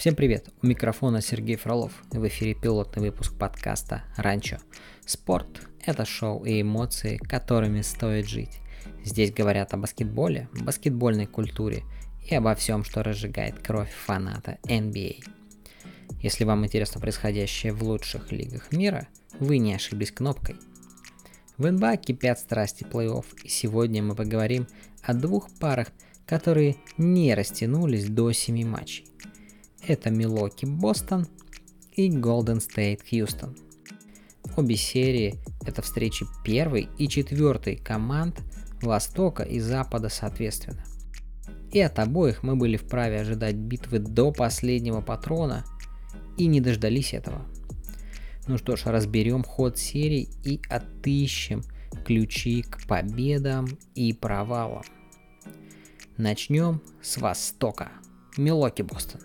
Всем привет, у микрофона Сергей Фролов, в эфире пилотный выпуск подкаста «Ранчо». Спорт – это шоу и эмоции, которыми стоит жить. Здесь говорят о баскетболе, баскетбольной культуре и обо всем, что разжигает кровь фаната NBA. Если вам интересно происходящее в лучших лигах мира, вы не ошиблись кнопкой. В НБА кипят страсти плей-офф, и сегодня мы поговорим о двух парах, которые не растянулись до 7 матчей. Это Милуоки Бостон и Голден Стейт Хьюстон. Обе серии – это встречи первой и четвертой команд Востока и Запада соответственно. И от обоих мы были вправе ожидать битвы до последнего патрона и не дождались этого. Ну что ж, разберем ход серий и отыщем ключи к победам и провалам. Начнем с Востока. Милуоки Бостон.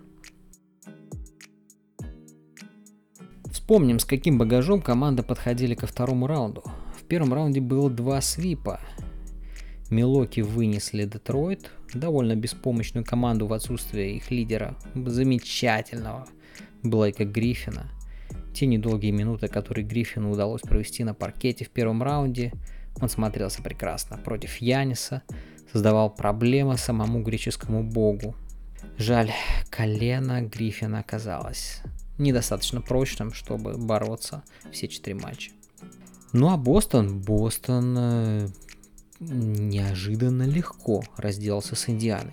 Вспомним, с каким багажом команды подходили ко второму раунду. В первом раунде было 2 свипа. Милуоки вынесли Детройт, довольно беспомощную команду в отсутствие их лидера, замечательного Блейка Гриффина. Те недолгие минуты, которые Гриффину удалось провести на паркете в первом раунде, он смотрелся прекрасно. Против Яниса создавал проблемы самому греческому богу. Жаль, колено Гриффина оказалось недостаточно прочным, чтобы бороться все 4 матча. Ну а Бостон неожиданно легко разделался с Индианой.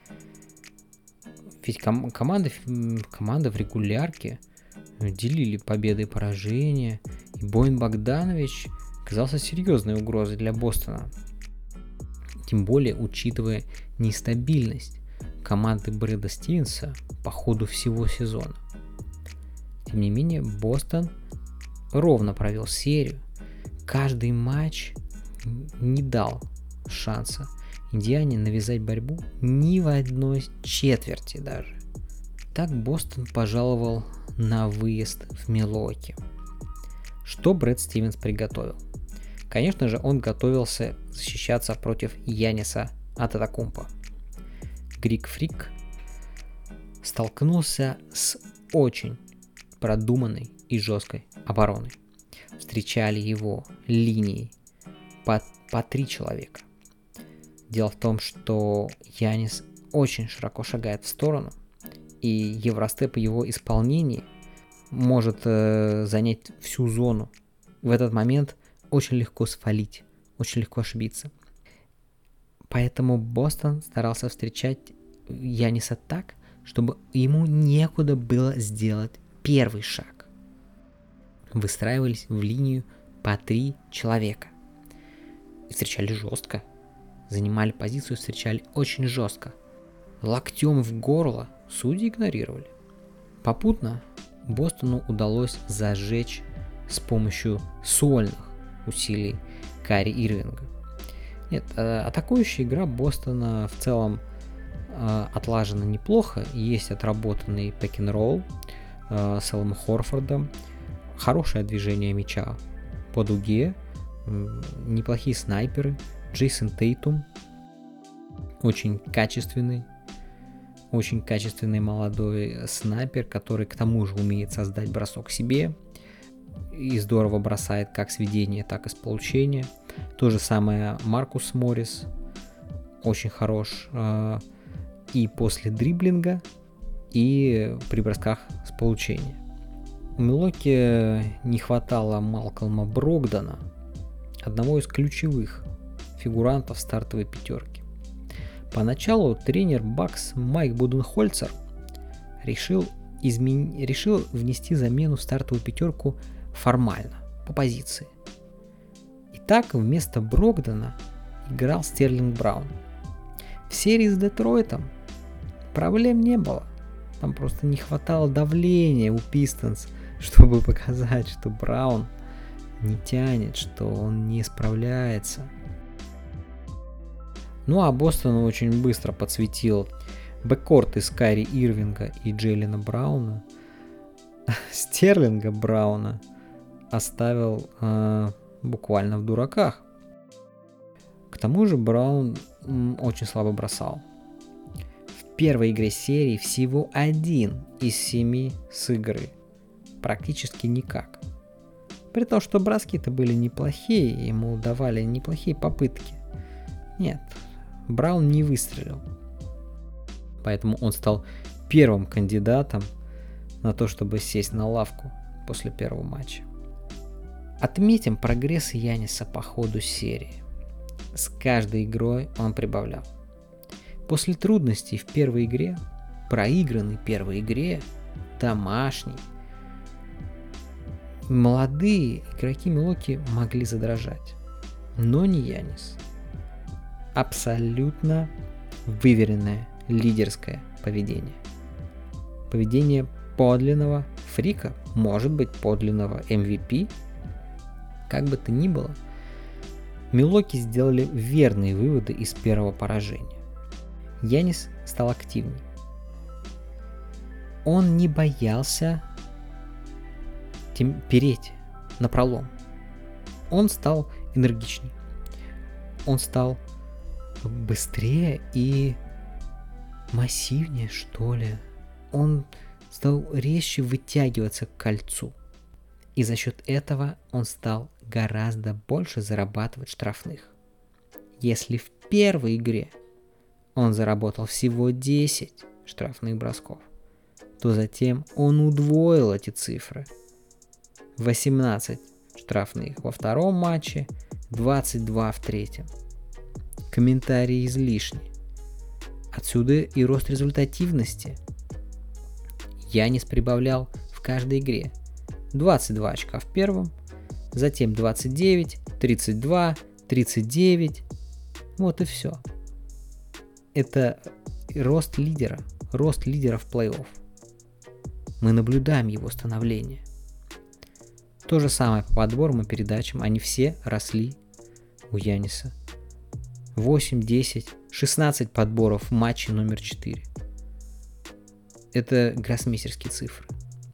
Ведь команды в регулярке делили победы и поражения, и Боян Богданович оказался серьезной угрозой для Бостона. Тем более, учитывая нестабильность команды Брэда Стивенса по ходу всего сезона. Тем не менее, Бостон ровно провел серию. Каждый матч не дал шанса Индиане навязать борьбу ни в одной четверти даже. Так Бостон пожаловал на выезд в Милуоки. Что Брэд Стивенс приготовил? Конечно же, он готовился защищаться против Яниса Антетокумпо. Грик Фрик столкнулся с очень продуманной и жесткой обороной. Встречали его линией по 3 человека. Дело в том, что Янис очень широко шагает в сторону, и Евростеп в его исполнении может занять всю зону. В этот момент очень легко свалить, очень легко ошибиться. Поэтому Бостон старался встречать Яниса так, чтобы ему некуда было сделать первый шаг. Выстраивались в линию по 3 человека. И встречали жестко. Занимали позицию, встречали очень жестко. Локтем в горло судьи игнорировали. Попутно Бостону удалось зажечь с помощью сольных усилий Кайри Ирвинга. Нет, атакующая игра Бостона в целом отлажена неплохо. Есть отработанный пик-н-ролл с Элом Хорфордом, хорошее движение мяча по дуге, неплохие снайперы, Джейсон Тейтум, очень качественный молодой снайпер, который к тому же умеет создать бросок себе и здорово бросает как с ведения, так и с получения. То же самое Маркус Моррис, очень хорош и после дриблинга, и при бросках с получения. У Милуоки не хватало Малкольма Брогдона, одного из ключевых фигурантов стартовой пятерки. Поначалу тренер Бакс Майк Буденхольцер решил внести замену в стартовую пятерку формально, по позиции. Итак, вместо Брогдона играл Стерлинг Браун. В серии с Детройтом проблем не было. Там просто не хватало давления у Пистонс, чтобы показать, что Браун не тянет, что он не справляется. Ну а Бостон очень быстро подсветил бэккорт из Кайри Ирвинга и Джейлена Брауна. Стерлинга Брауна оставил буквально в дураках. К тому же Браун очень слабо бросал. В первой игре серии всего 1 из 7 с игры. Практически никак. При том, что броски-то были неплохие, ему давали неплохие попытки. Нет, Браун не выстрелил. Поэтому он стал первым кандидатом на то, чтобы сесть на лавку после первого матча. Отметим прогресс Яниса по ходу серии. С каждой игрой он прибавлял. После трудностей в первой игре, проигранной первой игре, домашней, молодые игроки Милуоки могли задрожать. Но не Янис. Абсолютно выверенное лидерское поведение. Поведение подлинного фрика, может быть подлинного MVP. Как бы то ни было, Милуоки сделали верные выводы из первого поражения. Янис стал активней. Он не боялся переть напролом. Он стал энергичней. Он стал быстрее и массивнее, что ли. Он стал резче вытягиваться к кольцу. И за счет этого он стал гораздо больше зарабатывать штрафных. Если в первой игре он заработал всего 10 штрафных бросков, то затем он удвоил эти цифры. 18 штрафных во втором матче, 22 в третьем. Комментарии излишни. Отсюда и рост результативности. Янис прибавлял в каждой игре 22 очка в первом, затем 29, 32, 39. Вот и все. Это рост лидера в плей-офф. Мы наблюдаем его становление. То же самое по подборам и передачам. Они все росли у Яниса. 8, 10, 16 подборов в матче номер 4. Это гроссмейстерские цифры.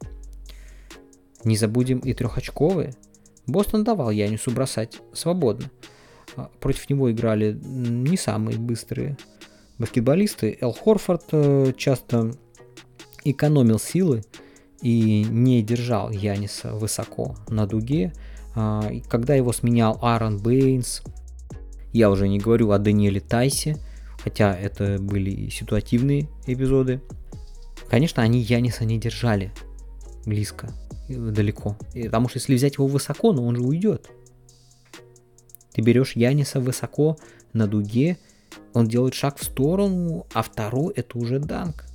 Не забудем и трехочковые. Бостон давал Янису бросать свободно. Против него играли не самые быстрые баскетболисты. Эл Хорфорд часто экономил силы и не держал Яниса высоко на дуге. Когда его сменял Аарон Бэйнс, я уже не говорю о Даниэле Тайсе, хотя это были ситуативные эпизоды. Конечно, они Яниса не держали близко, далеко. Потому что если взять его высоко, но он же уйдет. Ты берешь Яниса высоко на дуге, он делает шаг в сторону, а второй это уже данк.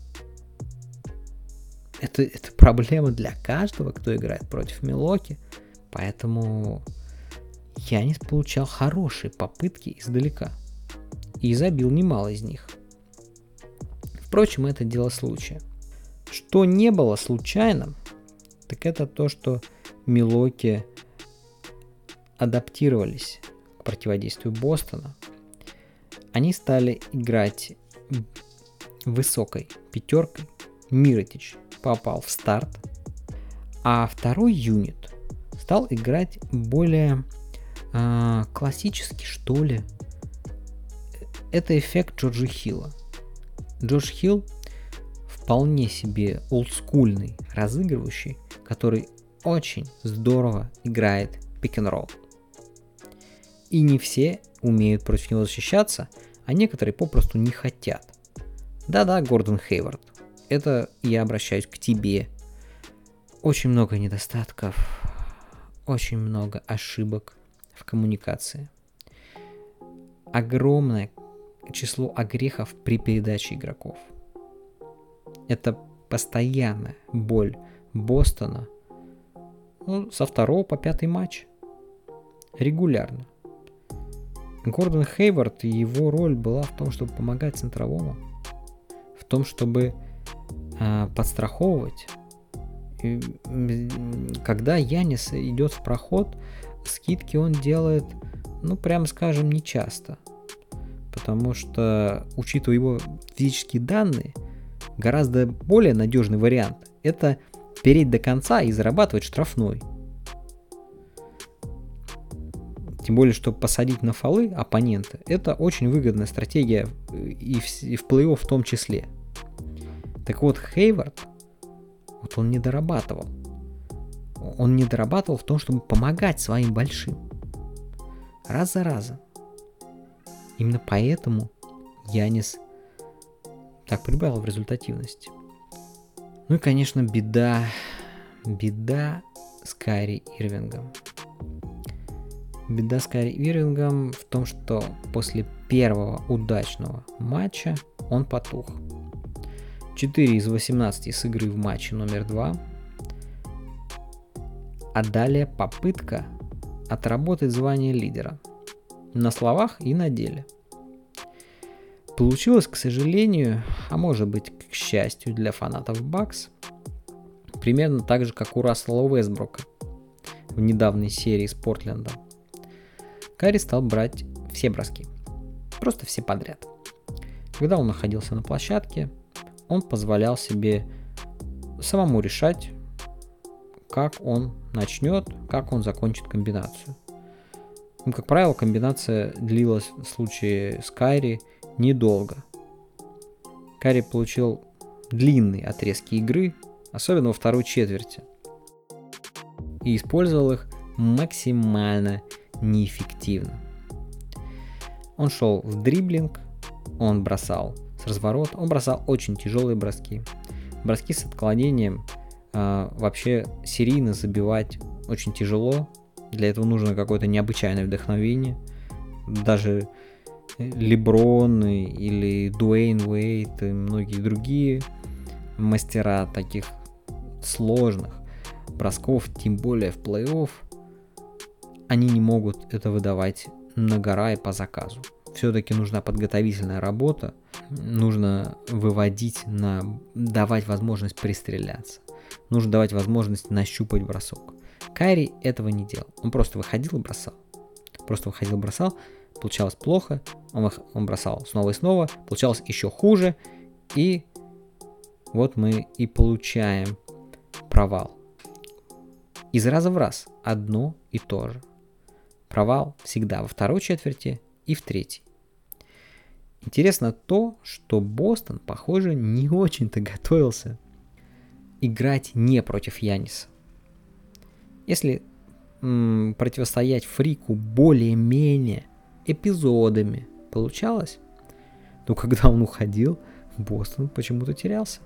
Это проблема для каждого, кто играет против Милуоки. Поэтому Янис получал хорошие попытки издалека. И забил немало из них. Впрочем, это дело случая. Что не было случайным, так это то, что Милуоки адаптировались к противодействию Бостона. Они стали играть высокой пятеркой. Миротич попал в старт, а второй юнит стал играть более классически, что ли. Это эффект Джорджа Хилла. Джордж Хилл вполне себе олдскульный разыгрывающий, который очень здорово играет пик-н-ролл. И не все умеют против него защищаться, а некоторые попросту не хотят. Да-да, Гордон Хейвард, это я обращаюсь к тебе. Очень много недостатков, очень много ошибок в коммуникации. Огромное число огрехов при передаче игроков. Это постоянная боль Бостона со 2 по 5 матч. Регулярно. Гордон Хейвард и его роль была в том, чтобы помогать центровому, в том, чтобы подстраховывать. И, когда Янис идет в проход, скидки он делает, прямо скажем, нечасто. Потому что, учитывая его физические данные, гораздо более надежный вариант – это переть до конца и зарабатывать штрафной. Тем более, что посадить на фолы оппонента – это очень выгодная стратегия и в плей-офф в том числе. Так вот, Хейвард, вот он не дорабатывал. Он не дорабатывал в том, чтобы помогать своим большим. Раз за разом. Именно поэтому Янис так прибавил в результативности. Ну и, конечно, беда с Кайри Ирвингом. Беда с Кайри Ирвингом в том, что после первого удачного матча он потух. 4 из 18 с игры в матче номер 2. А далее попытка отработать звание лидера. На словах и на деле. Получилось, к сожалению, а может быть, к счастью для фанатов Бакс, примерно так же, как у Рассела Уэстбрука в недавней серии с Портлендом. Кайри стал брать все броски. Просто все подряд. Когда он находился на площадке, он позволял себе самому решать, как он начнет, как он закончит комбинацию. Ну, как правило, комбинация длилась в случае с Кайри недолго. Кайри получил длинные отрезки игры, особенно во второй четверти, и использовал их максимально неэффективно. Он шел в дриблинг, он бросал с разворота, он бросал очень тяжелые броски. Броски с отклонением вообще серийно забивать очень тяжело. Для этого нужно какое-то необычайное вдохновение. Даже Леброн или Дуэйн Уэйд и многие другие мастера таких сложных бросков, тем более в плей-офф, они не могут это выдавать на гора и по заказу. Все-таки нужна подготовительная работа, нужно выводить, давать возможность пристреляться, нужно давать возможность нащупать бросок. Кайри этого не делал, он просто выходил и бросал. Получалось плохо, он бросал снова и снова, получалось еще хуже, и вот мы и получаем провал. Из раза в раз одно и то же. Провал всегда во второй четверти и в третьей. Интересно то, что Бостон, похоже, не очень-то готовился играть не против Яниса. Если противостоять Фрику более-менее эпизодами получалось, то когда он уходил, Бостон почему-то терялся.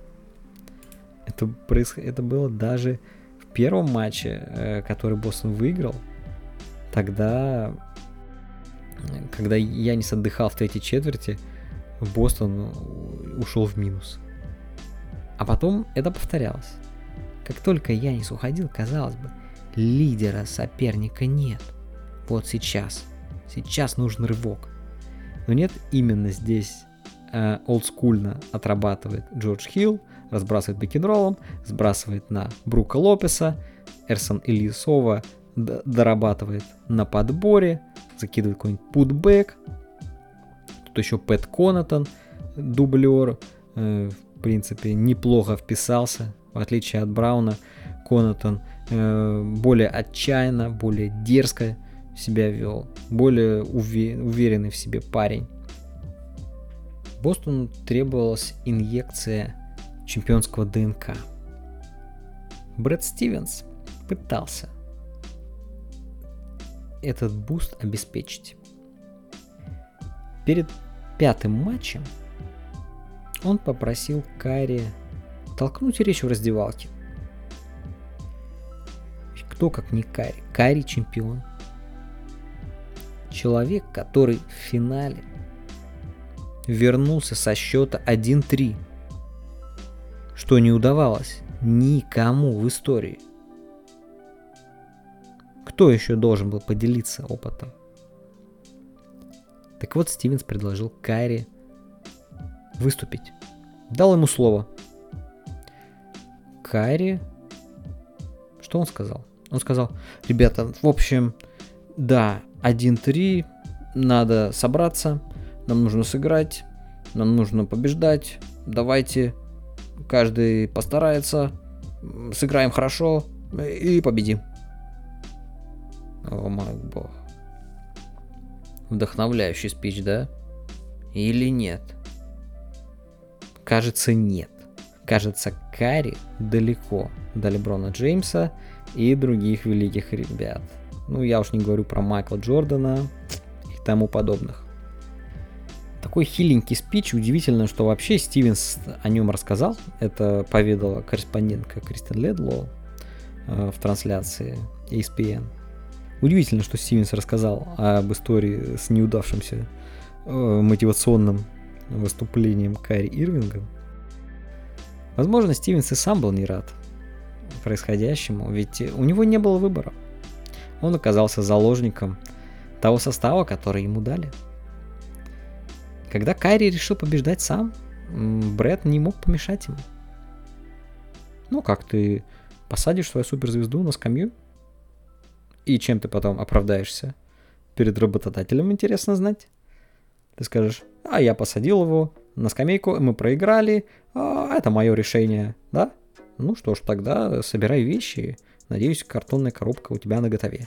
Это было даже в первом матче, который Бостон выиграл. Тогда, когда Янис отдыхал в третьей четверти, Бостон ушел в минус. А потом это повторялось. Как только Янис уходил, казалось бы, лидера соперника нет. Вот сейчас нужен рывок. Но нет, именно здесь олдскульно отрабатывает Джордж Хилл, разбрасывает пик-н-роллом, сбрасывает на Брука Лопеса, Эрсон Ильясова дорабатывает на подборе, закидывает какой-нибудь путбэк. Тут еще Пэт Конатон, дублер, в принципе, неплохо вписался. В отличие от Брауна, Конатон более отчаянно, более дерзко себя вел, более уверенный в себе парень. Бостону требовалась инъекция чемпионского ДНК. Брэд Стивенс пытался этот буст обеспечить. Перед пятым матчем он попросил Кайри толкнуть речь в раздевалке. Кто как не Кайри? Кайри чемпион. Человек, который в финале вернулся со счета 1-3, что не удавалось никому в истории. Кто еще должен был поделиться опытом? Так вот, Стивенс предложил Кайри выступить. Дал ему слово. Кайри... Что он сказал? Он сказал: ребята, в общем, да, 1-3, надо собраться, нам нужно сыграть, нам нужно побеждать, давайте, каждый постарается, сыграем хорошо и победим. О мой бог. Вдохновляющий спич, да? Или нет? Кажется, нет. Кажется, Карри далеко до Леброна Джеймса и других великих ребят. Ну, я уж не говорю про Майкла Джордана и тому подобных. Такой хиленький спич. Удивительно, что вообще Стивенс о нем рассказал. Это поведала корреспондентка Кристен Ледлоу в трансляции ESPN. Удивительно, что Стивенс рассказал об истории с неудавшимся мотивационным выступлением Кайри Ирвинга. Возможно, Стивенс и сам был не рад происходящему, ведь у него не было выбора. Он оказался заложником того состава, который ему дали. Когда Кайри решил побеждать сам, Брэд не мог помешать ему. Ну, как ты посадишь свою суперзвезду на скамью? И чем ты потом оправдаешься перед работодателем, интересно знать. Ты скажешь, я посадил его на скамейку, мы проиграли, это мое решение, да? Ну что ж, тогда собирай вещи, надеюсь, картонная коробка у тебя наготове.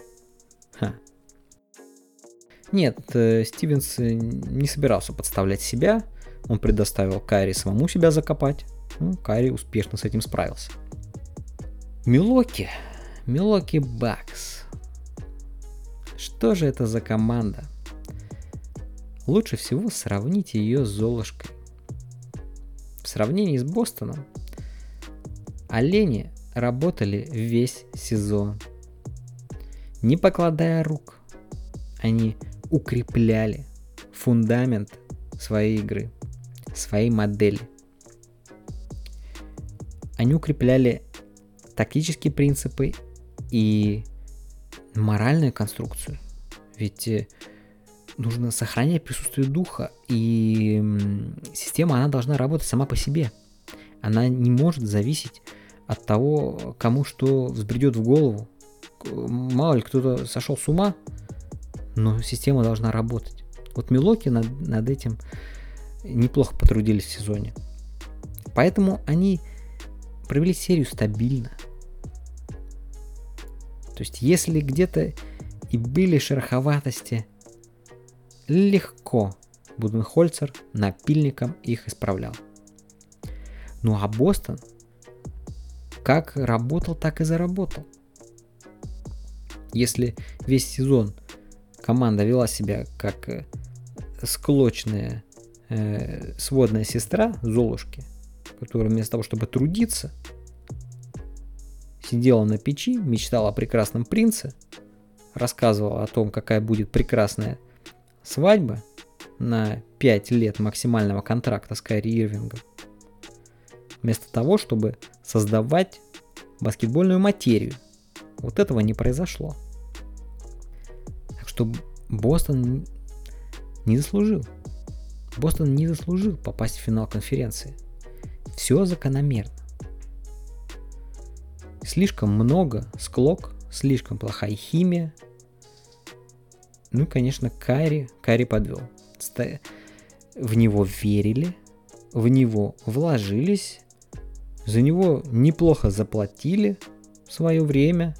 Нет, Стивенс не собирался подставлять себя, он предоставил Кайри самому себя закопать. Кайри успешно с этим справился. Милуоки Бакс. Что же это за команда? Лучше всего сравните ее с Золушкой. В сравнении с Бостоном олени работали весь сезон. Не покладая рук, они укрепляли фундамент своей игры, своей модели. Они укрепляли тактические принципы и моральную конструкцию. Ведь нужно сохранять присутствие духа, и система, она должна работать сама по себе. Она не может зависеть от того, кому что взбредет в голову. Мало ли кто-то сошел с ума, но система должна работать. Вот Милуоки над этим неплохо потрудились в сезоне. Поэтому они провели серию стабильно. То есть, если где-то и были шероховатости, легко Буденхольцер напильником их исправлял. Ну а Бостон как работал, так и заработал. Если весь сезон команда вела себя как склочная сводная сестра Золушки, которая вместо того, чтобы трудиться, сидела на печи, мечтала о прекрасном принце, рассказывала о том, какая будет прекрасная свадьба на 5 лет максимального контракта с Кайри Ирвингом, вместо того, чтобы создавать баскетбольную материю. Вот этого не произошло. Так что Бостон не заслужил. Бостон не заслужил попасть в финал конференции. Все закономерно. Слишком много склок, слишком плохая химия. Ну и, конечно, Кайри подвел. В него верили, в него вложились, за него неплохо заплатили в свое время,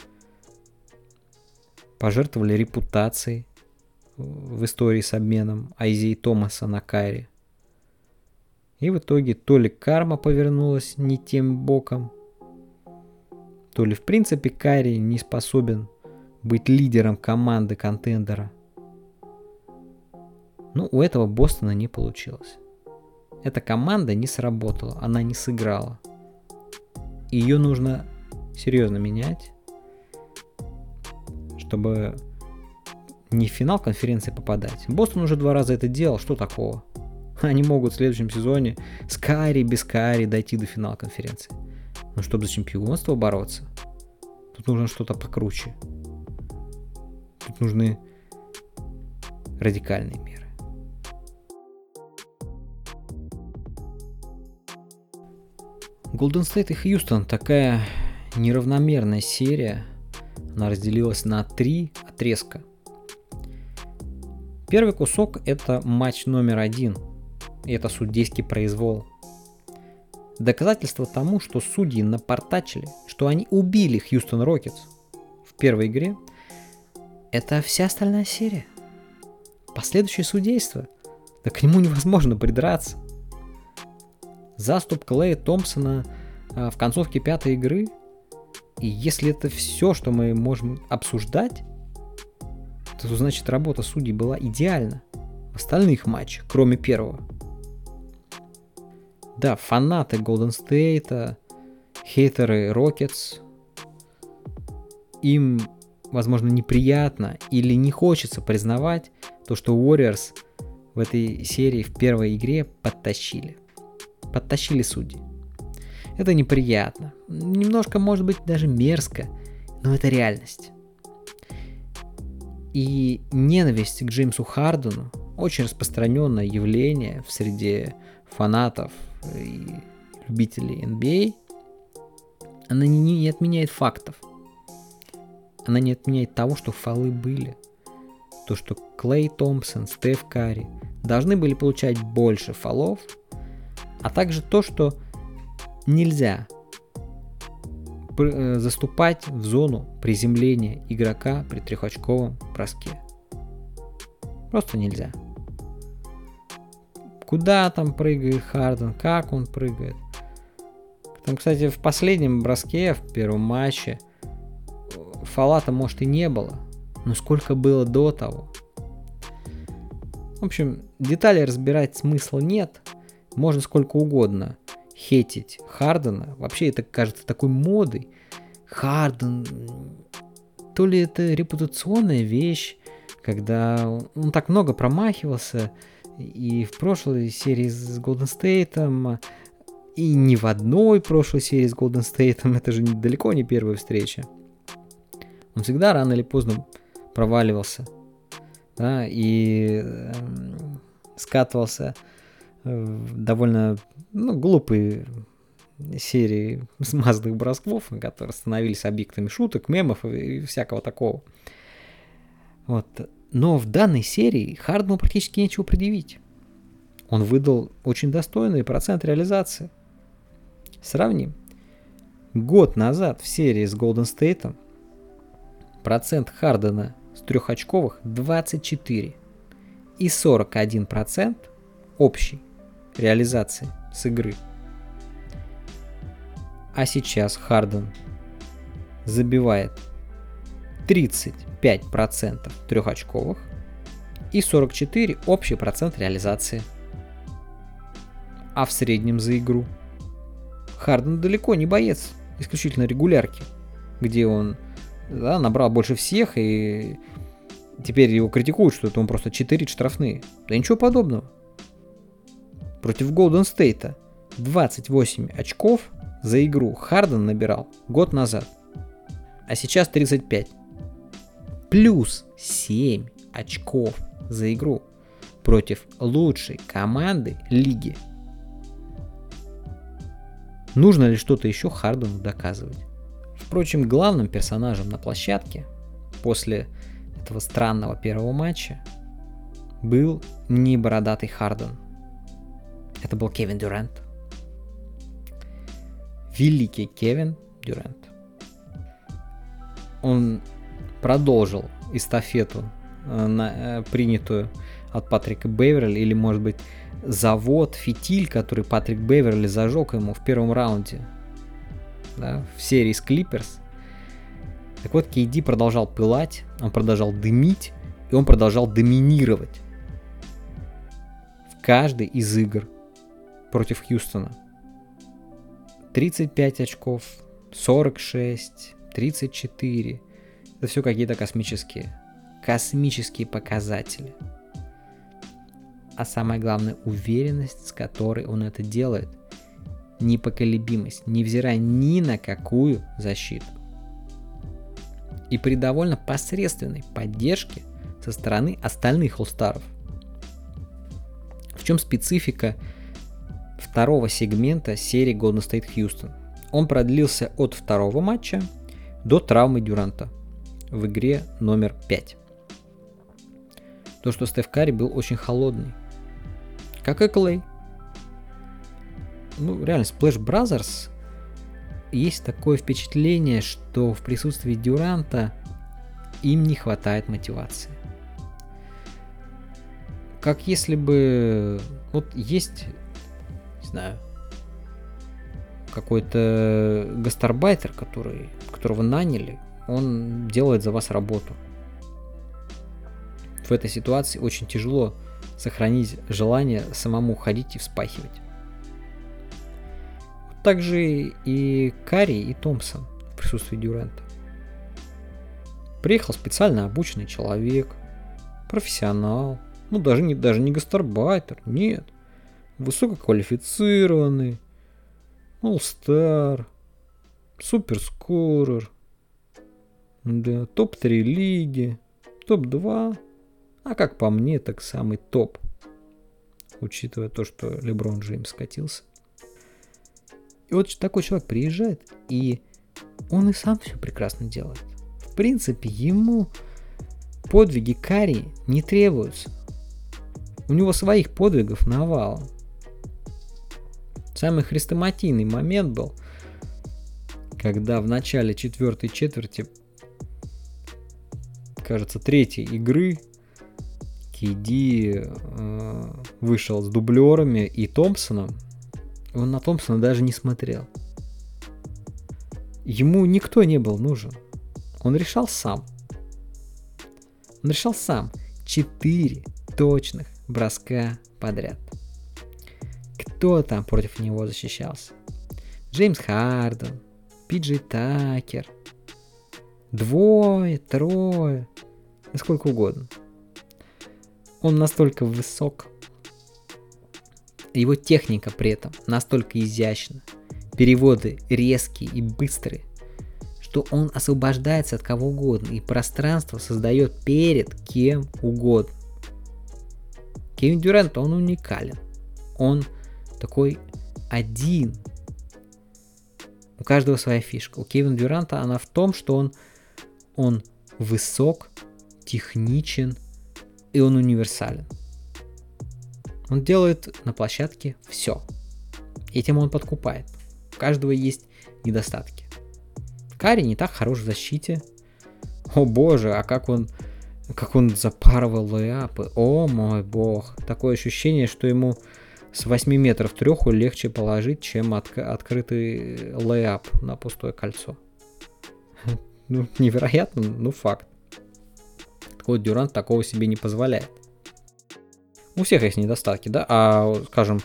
пожертвовали репутацией в истории с обменом Айзея Томаса на Кайри. И в итоге то ли карма повернулась не тем боком, то ли в принципе Кайри не способен быть лидером команды контендера. Но у этого Бостона не получилось. Эта команда не сработала, она не сыграла. Ее нужно серьезно менять, чтобы не в финал конференции попадать. Бостон уже 2 раза это делал, что такого? Они могут в следующем сезоне с Кайри, без Кайри дойти до финала конференции. Но чтобы за чемпионство бороться, тут нужно что-то покруче. Тут нужны радикальные меры. Golden State и Хьюстон такая неравномерная серия. Она разделилась на 3 отрезка. Первый кусок — это матч номер 1. И это судейский произвол. Доказательство тому, что судьи напортачили, что они убили Хьюстон Рокетс в первой игре, это вся остальная серия. Последующее судейство, да к нему невозможно придраться. заступ Клея Томпсона в концовке 5-й игры. И если это все, что мы можем обсуждать, то значит работа судей была идеальна в остальных матчах, кроме первого. Да, фанаты Golden State, хейтеры Rockets, им, возможно, неприятно или не хочется признавать то, что Warriors в этой серии в первой игре подтащили судьи. Это неприятно. Немножко, может быть, даже мерзко, но это реальность. И ненависть к Джеймсу Хардену очень распространенное явление в среде фанатов и любителей NBA. Она не отменяет фактов. Она не отменяет того, что фолы были. То, что Клей Томпсон, Стеф Карри должны были получать больше фолов, а также то, что нельзя заступать в зону приземления игрока при трехочковом броске. Просто нельзя. Куда там прыгает Харден, как он прыгает. Там, кстати, в последнем броске, в первом матче, фола-то, может, и не было, но сколько было до того. В общем, детали разбирать смысла нет. Можно сколько угодно хейтить Хардена. Вообще это кажется такой модой. Харден, то ли это репутационная вещь, когда он так много промахивался и в прошлой серии с Golden State, и не в одной прошлой серии с Golden State, это же далеко не первая встреча. Он всегда рано или поздно проваливался, да, и скатывался в довольно глупые серии смазанных бросков, которые становились объектами шуток, мемов и всякого такого. Вот. Но в данной серии Хардену практически нечего предъявить. Он выдал очень достойный процент реализации. Сравним. Год назад в серии с Golden State процент Хардена с трехочковых 24 и 41% общей реализации с игры. А сейчас Харден забивает 35% трехочковых и 44% общий процент реализации. А в среднем за игру Харден далеко не боец исключительно регулярки, где он набрал больше всех, и теперь его критикуют, что это он просто читерит штрафные. Да ничего подобного. Против Golden State 28 очков за игру Харден набирал год назад, а сейчас 35. Плюс 7 очков за игру против лучшей команды лиги. Нужно ли что-то еще Хардену доказывать? Впрочем, главным персонажем на площадке после этого странного первого матча был не бородатый Харден. Это был Кевин Дюрант. Великий Кевин Дюрант. Он продолжил эстафету, принятую от Патрика Беверли, или, может быть, завод, фитиль, который Патрик Беверли зажег ему в первом раунде, да, в серии с Клиперс. Так вот, KD продолжал пылать, он продолжал дымить, и он продолжал доминировать в каждой из игр против Хьюстона. 35 очков, 46, 34. Это все какие-то космические показатели. А самое главное, уверенность, с которой он это делает. Непоколебимость, невзирая ни на какую защиту. И при довольно посредственной поддержке со стороны остальных олл-старов. В чем специфика второго сегмента серии Golden State Houston? Он продлился от второго матча до травмы Дюранта в игре номер 5. То, что Стеф Карри был очень холодный. Как и Клей. Реально, Splash Brothers, есть такое впечатление, что в присутствии Дюранта им не хватает мотивации. Как если бы... есть, не знаю, какой-то гастарбайтер, которого наняли, он делает за вас работу. В этой ситуации очень тяжело сохранить желание самому ходить и вспахивать. Также и Карри, и Томпсон в присутствии Дюранта. Приехал специально обученный человек, профессионал, даже не гастарбайтер, нет, высококвалифицированный, all-star, суперскорер, да, топ-3 лиги, топ-2, а как по мне, так самый топ, учитывая то, что Леброн Джеймс скатился. И вот такой человек приезжает, и он и сам все прекрасно делает. В принципе, ему подвиги Карри не требуются. У него своих подвигов навалом. Самый хрестоматийный момент был, когда в начале четвертой четверти, кажется, третьей игры, KD вышел с дублерами и Томпсоном. Он на Томпсона даже не смотрел. Ему никто не был нужен. Он решал сам. 4 точных броска подряд. Кто там против него защищался? Джеймс Харден, Пиджей Такер. 2, 3, сколько угодно. Он настолько высок. Его техника при этом настолько изящна. Переводы резкие и быстрые, что он освобождается от кого угодно и пространство создает перед кем угодно. Кевин Дюрант, он уникален. Он такой один. У каждого своя фишка. У Кевина Дюранта она в том, что он высок, техничен и он универсален. Он делает на площадке все. Этим он подкупает. У каждого есть недостатки. Карри не так хорош в защите. О боже, а как он запарывал лейапы. О мой бог. Такое ощущение, что ему с 8 метров треху легче положить, чем открытый лейап на пустое кольцо. Невероятно, факт. Так вот, Дюрант такого себе не позволяет. У всех есть недостатки, да? А, скажем,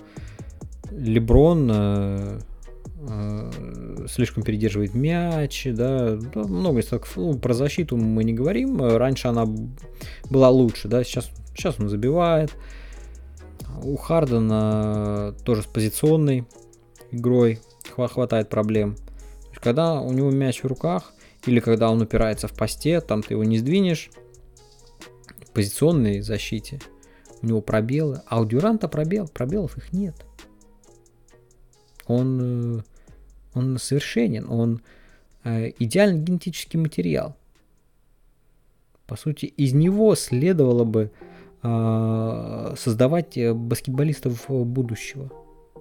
Леброн слишком передерживает мяч, да, много недостатков. Про защиту мы не говорим. Раньше она была лучше, да, сейчас он забивает. У Хардена тоже с позиционной игрой хватает проблем. Когда у него мяч в руках, или когда он упирается в посте, там ты его не сдвинешь. В позиционной защите у него пробелы, а у Дюранта пробелов их нет. Он совершенен, он идеальный генетический материал. По сути, из него следовало бы создавать баскетболистов будущего.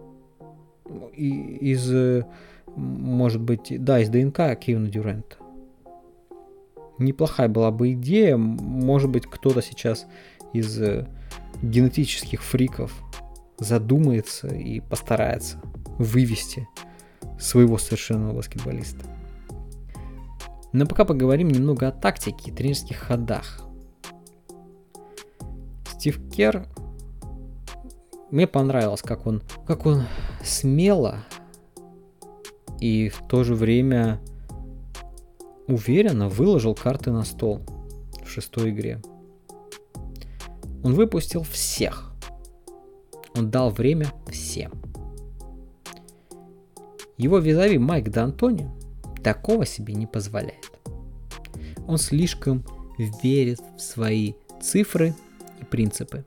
Может быть, из ДНК Кевина Дюранта. Неплохая была бы идея. Может быть, кто-то сейчас из генетических фриков задумается и постарается вывести своего совершенного баскетболиста. Но пока поговорим немного о тактике и тренерских ходах. Стив Керр, мне понравилось, как он смело и в то же время уверенно выложил карты на стол в 6-й игре. Он выпустил всех. Он дал время всем. Его визави Майк Д'Антони такого себе не позволяет. Он слишком верит в свои цифры и принципы.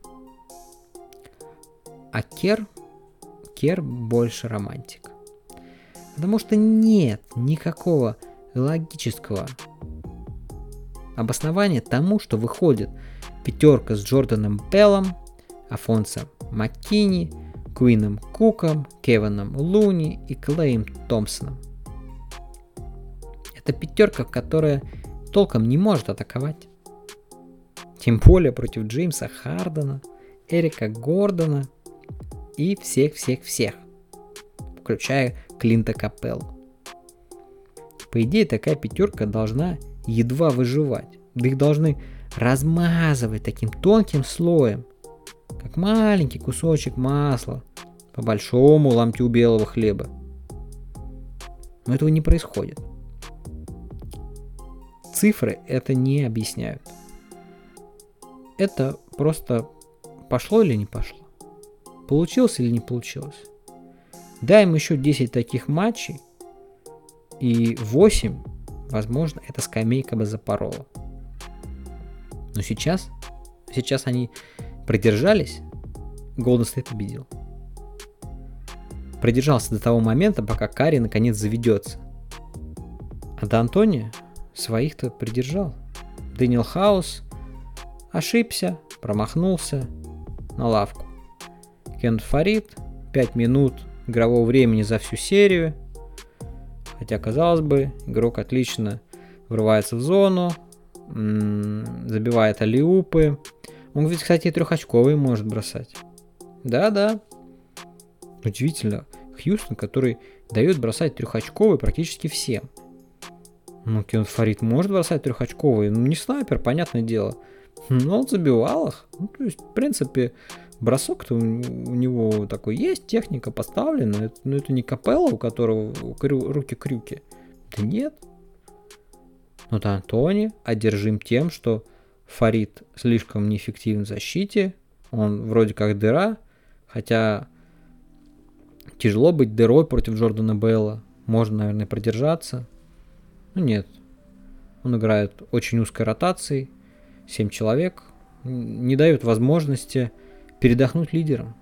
А Керр больше романтик. Потому что нет никакого логического обоснования тому, что выходит пятерка с Джорданом Беллом, Альфонсом Маккини, Куином Куком, Кевином Луни и Клеем Томпсоном. Это пятерка, которая толком не может атаковать. Тем более против Джеймса Хардена, Эрика Гордона и всех-всех-всех. Включая Клинта Капеллу. По идее, такая пятерка должна едва выживать. Да их должны размазывать таким тонким слоем, как маленький кусочек масла по большому ломтю белого хлеба. Но этого не происходит. Цифры это не объясняют. Это просто пошло или не пошло. Получилось или не получилось. Дай им еще 10 таких матчей, и 8, возможно, эта скамейка бы запорола. Но сейчас они продержались, Golden State победил. Продержался до того момента, пока Карри наконец заведется. А Д'Антони своих-то придержал. Дэниел Хаус ошибся, промахнулся на лавку. Кеннет Фарид 5 минут игрового времени за всю серию. Хотя, казалось бы, игрок отлично врывается в зону, забивает аллиупы. Он ведь, кстати, и трехочковый может бросать. Да. Удивительно. Хьюстон, который дает бросать трехочковый практически всем. Ну, Кеннет Фарид может бросать трехочковый. Ну, не снайпер, понятное дело. Но он забивал их. Ну, то есть, в принципе, бросок-то у него такой есть, техника поставлена. Но это не Капелло, у которого руки-крюки. Да нет. Но Д'Антони одержим тем, что Фарид слишком неэффективен в защите. Он вроде как дыра. Хотя тяжело быть дырой против Джордана Белла. Можно, наверное, продержаться. Но нет. Он играет очень узкой ротацией. 7 человек. Не дают возможности передохнуть лидерам.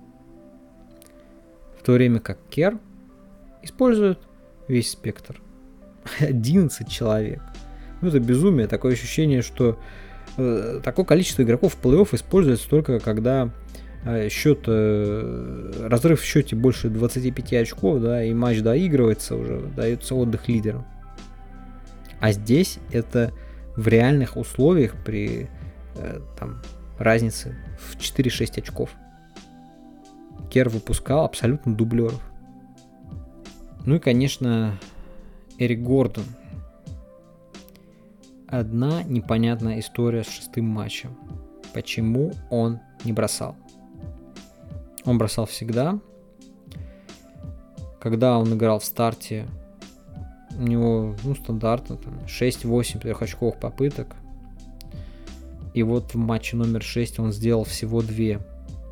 В то время как Кер использует весь спектр. 11 человек. Ну, это безумие. Такое ощущение, что такое количество игроков в плей-офф используется только когда разрыв в счете больше 25 очков, да, и матч доигрывается уже, дается отдых лидерам. А здесь это в реальных условиях при разнице в 4-6 очков. Кер выпускал абсолютно дублеров. Ну и, конечно, Эрик Гордон. Одна непонятная история с 6-м матчем. Почему он не бросал? Он бросал всегда. Когда он играл в старте, у него стандартно 6-8 трехочковых попыток. И вот в матче номер 6 он сделал всего 2.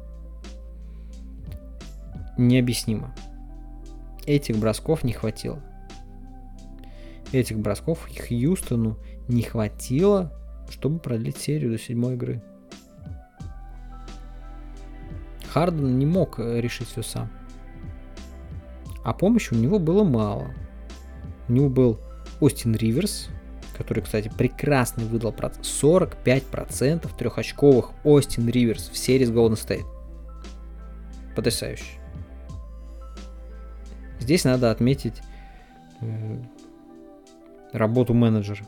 Необъяснимо. Этих бросков не хватило. Этих бросков Хьюстону не хватило, чтобы продлить серию до 7-й игры. Харден не мог решить все сам. А помощи у него было мало. У него был Остин Риверс, который, кстати, прекрасно выдал 45% трехочковых Остин Риверс в серии с Golden State. Потрясающе. Здесь надо отметить работу менеджера.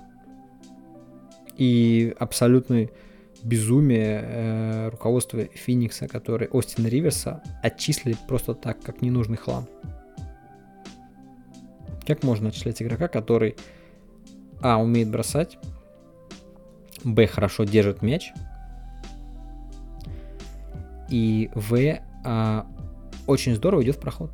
И абсолютное безумие руководства Феникса, который Остина Риверса отчислили просто так, как ненужный хлам. Как можно отчислять игрока, который умеет бросать, хорошо держит мяч, и очень здорово идет в проход.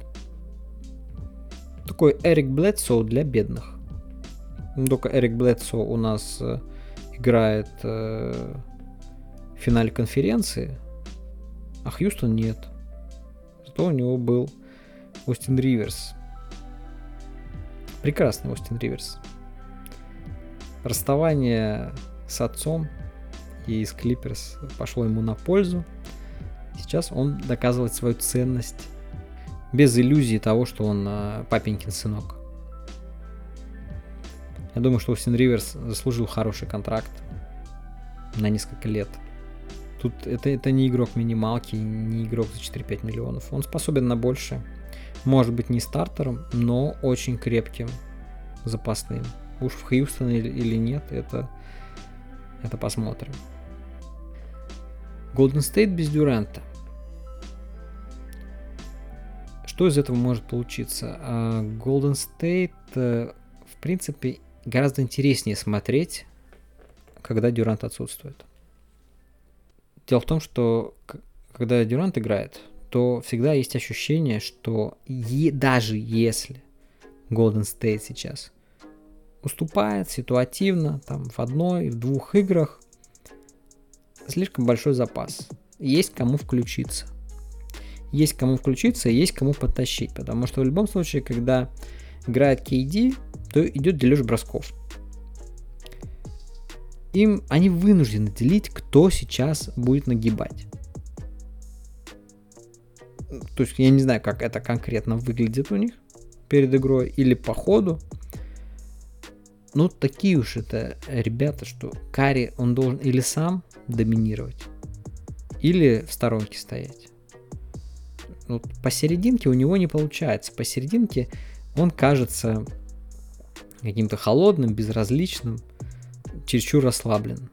Такой Эрик Блэдсоу для бедных. Только Эрик Блэдсоу у нас играет в финале конференции, а Хьюстон нет. Зато у него был Остин Риверс. Прекрасный Остин Риверс. Расставание с отцом и из Клиперс пошло ему на пользу. Сейчас он доказывает свою ценность без иллюзии того, что он папенькин сынок. Я думаю, что Остин Риверс заслужил хороший контракт на несколько лет. Тут это не игрок минималки, не игрок за 4-5 миллионов. Он способен на большее. Может быть не стартером, но очень крепким запасным. Уж в Хьюстоне или нет, это посмотрим. Golden State без Дюранта. что из этого может получиться? Golden State, в принципе, гораздо интереснее смотреть, когда Дюрант отсутствует. Дело в том, что когда Дюрант играет, то всегда есть ощущение, что даже если Golden State сейчас уступает ситуативно, там в одной, в двух играх, слишком большой запас. Есть кому включиться. Есть кому включиться и есть кому подтащить. Потому что в любом случае, когда играет KD, то идет дележ бросков. Они вынуждены делить, кто сейчас будет нагибать. То есть я не знаю, как это конкретно выглядит у них перед игрой или по ходу. Но такие уж это ребята, что Карри, он должен или сам доминировать, или в сторонке стоять. Посерединке у него не получается. Посерединке он кажется каким-то холодным, безразличным, чересчур расслабленным.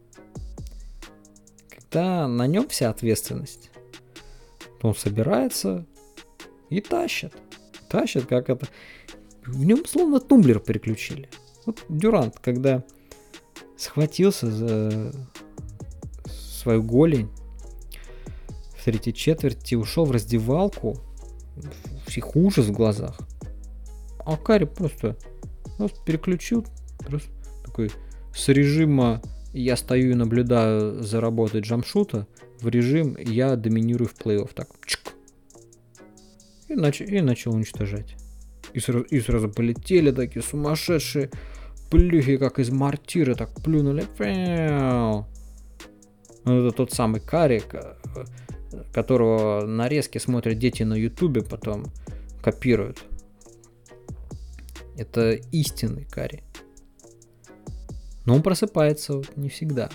Когда на нем вся ответственность, то он собирается и тащит. Тащит, как это. В нем словно тумблер переключили. Вот Дюрант, когда схватился за свою голень в третьей четверти, ушел в раздевалку, у всех ужас в глазах. А Карри просто переключил, просто такой с режима «я стою и наблюдаю за работой джампшута» в режим «я доминирую в плей-офф». Так, чик. И начал уничтожать. И сразу полетели такие сумасшедшие плюхи, как из мортира, так плюнули. Это тот самый Карри, которого нарезки смотрят дети на ютубе, потом копируют. Это истинный Карри. Но он просыпается не всегда.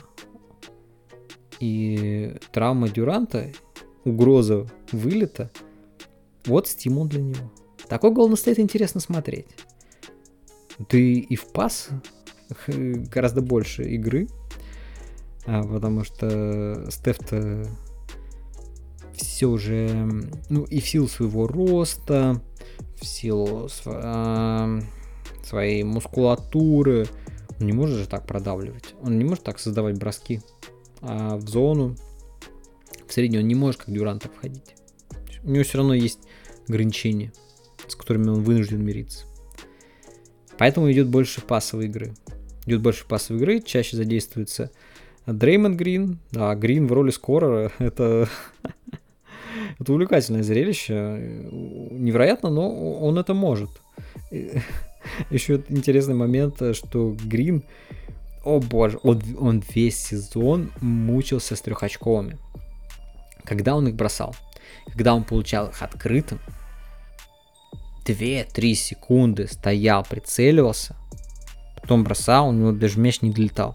И травма Дюранта, угроза вылета, вот стимул для него. Такой Golden State интересно смотреть. Да и в пас гораздо больше игры, потому что Стеф-то все уже, и в силу своего роста, в силу своей мускулатуры, он не может же так продавливать. Он не может так создавать броски. А в зону, в среднюю, он не может как Дюрант так входить. У него все равно есть ограничения, с которыми он вынужден мириться. Поэтому идет больше пасовой игры. Чаще задействуется Дреймонд Грин. Да, Грин в роли скорера. Это увлекательное зрелище. Невероятно, но он это может. Еще интересный момент, что Грин, о боже, он весь сезон мучился с трехочковыми. Когда он их бросал, когда он получал их открытым, 2-3 секунды стоял, прицеливался, потом бросал, у него даже мяч не долетал.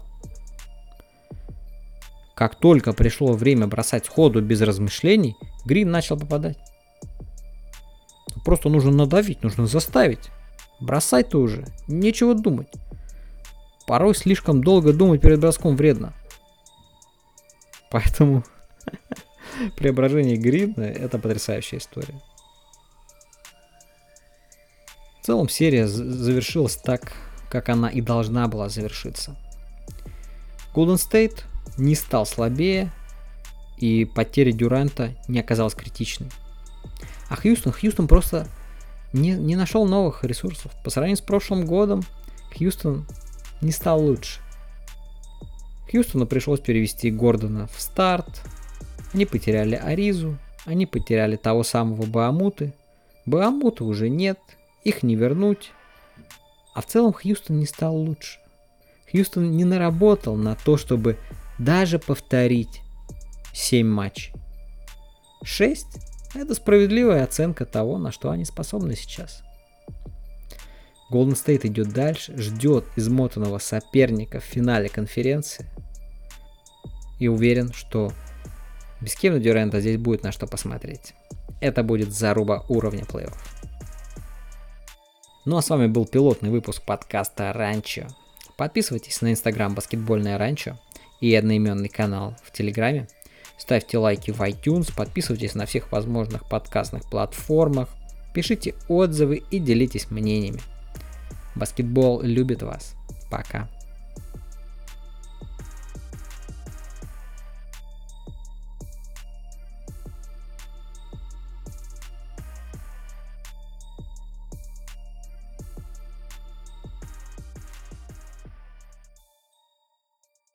Как только пришло время бросать сходу без размышлений, Грин начал попадать. Просто нужно надавить, нужно заставить. Бросай-то уже, нечего думать. Порой слишком долго думать перед броском вредно. Поэтому преображение Грина — это потрясающая история. В целом серия завершилась так, как она и должна была завершиться. Golden State не стал слабее, и потеря Дюранта не оказалась критичной. А Хьюстон просто не нашел новых ресурсов. По сравнению с прошлым годом Хьюстон не стал лучше. Хьюстону пришлось перевести Гордона в старт. Они потеряли Аризу, они потеряли того самого Баамуты. Баамута уже нет, их не вернуть. А в целом Хьюстон не стал лучше. Хьюстон не наработал на то, чтобы даже повторить 7 матчей. 6 — это справедливая оценка того, на что они способны сейчас. Golden State идет дальше, ждет измотанного соперника в финале конференции. И уверен, что без Кевина Дюранта здесь будет на что посмотреть. Это будет заруба уровня плей-офф. Ну а с вами был пилотный выпуск подкаста Ранчо. Подписывайтесь на Instagram Баскетбольное Ранчо и одноименный канал в Телеграме. Ставьте лайки в iTunes, подписывайтесь на всех возможных подкастных платформах. пишите отзывы и делитесь мнениями. Баскетбол любит вас. Пока.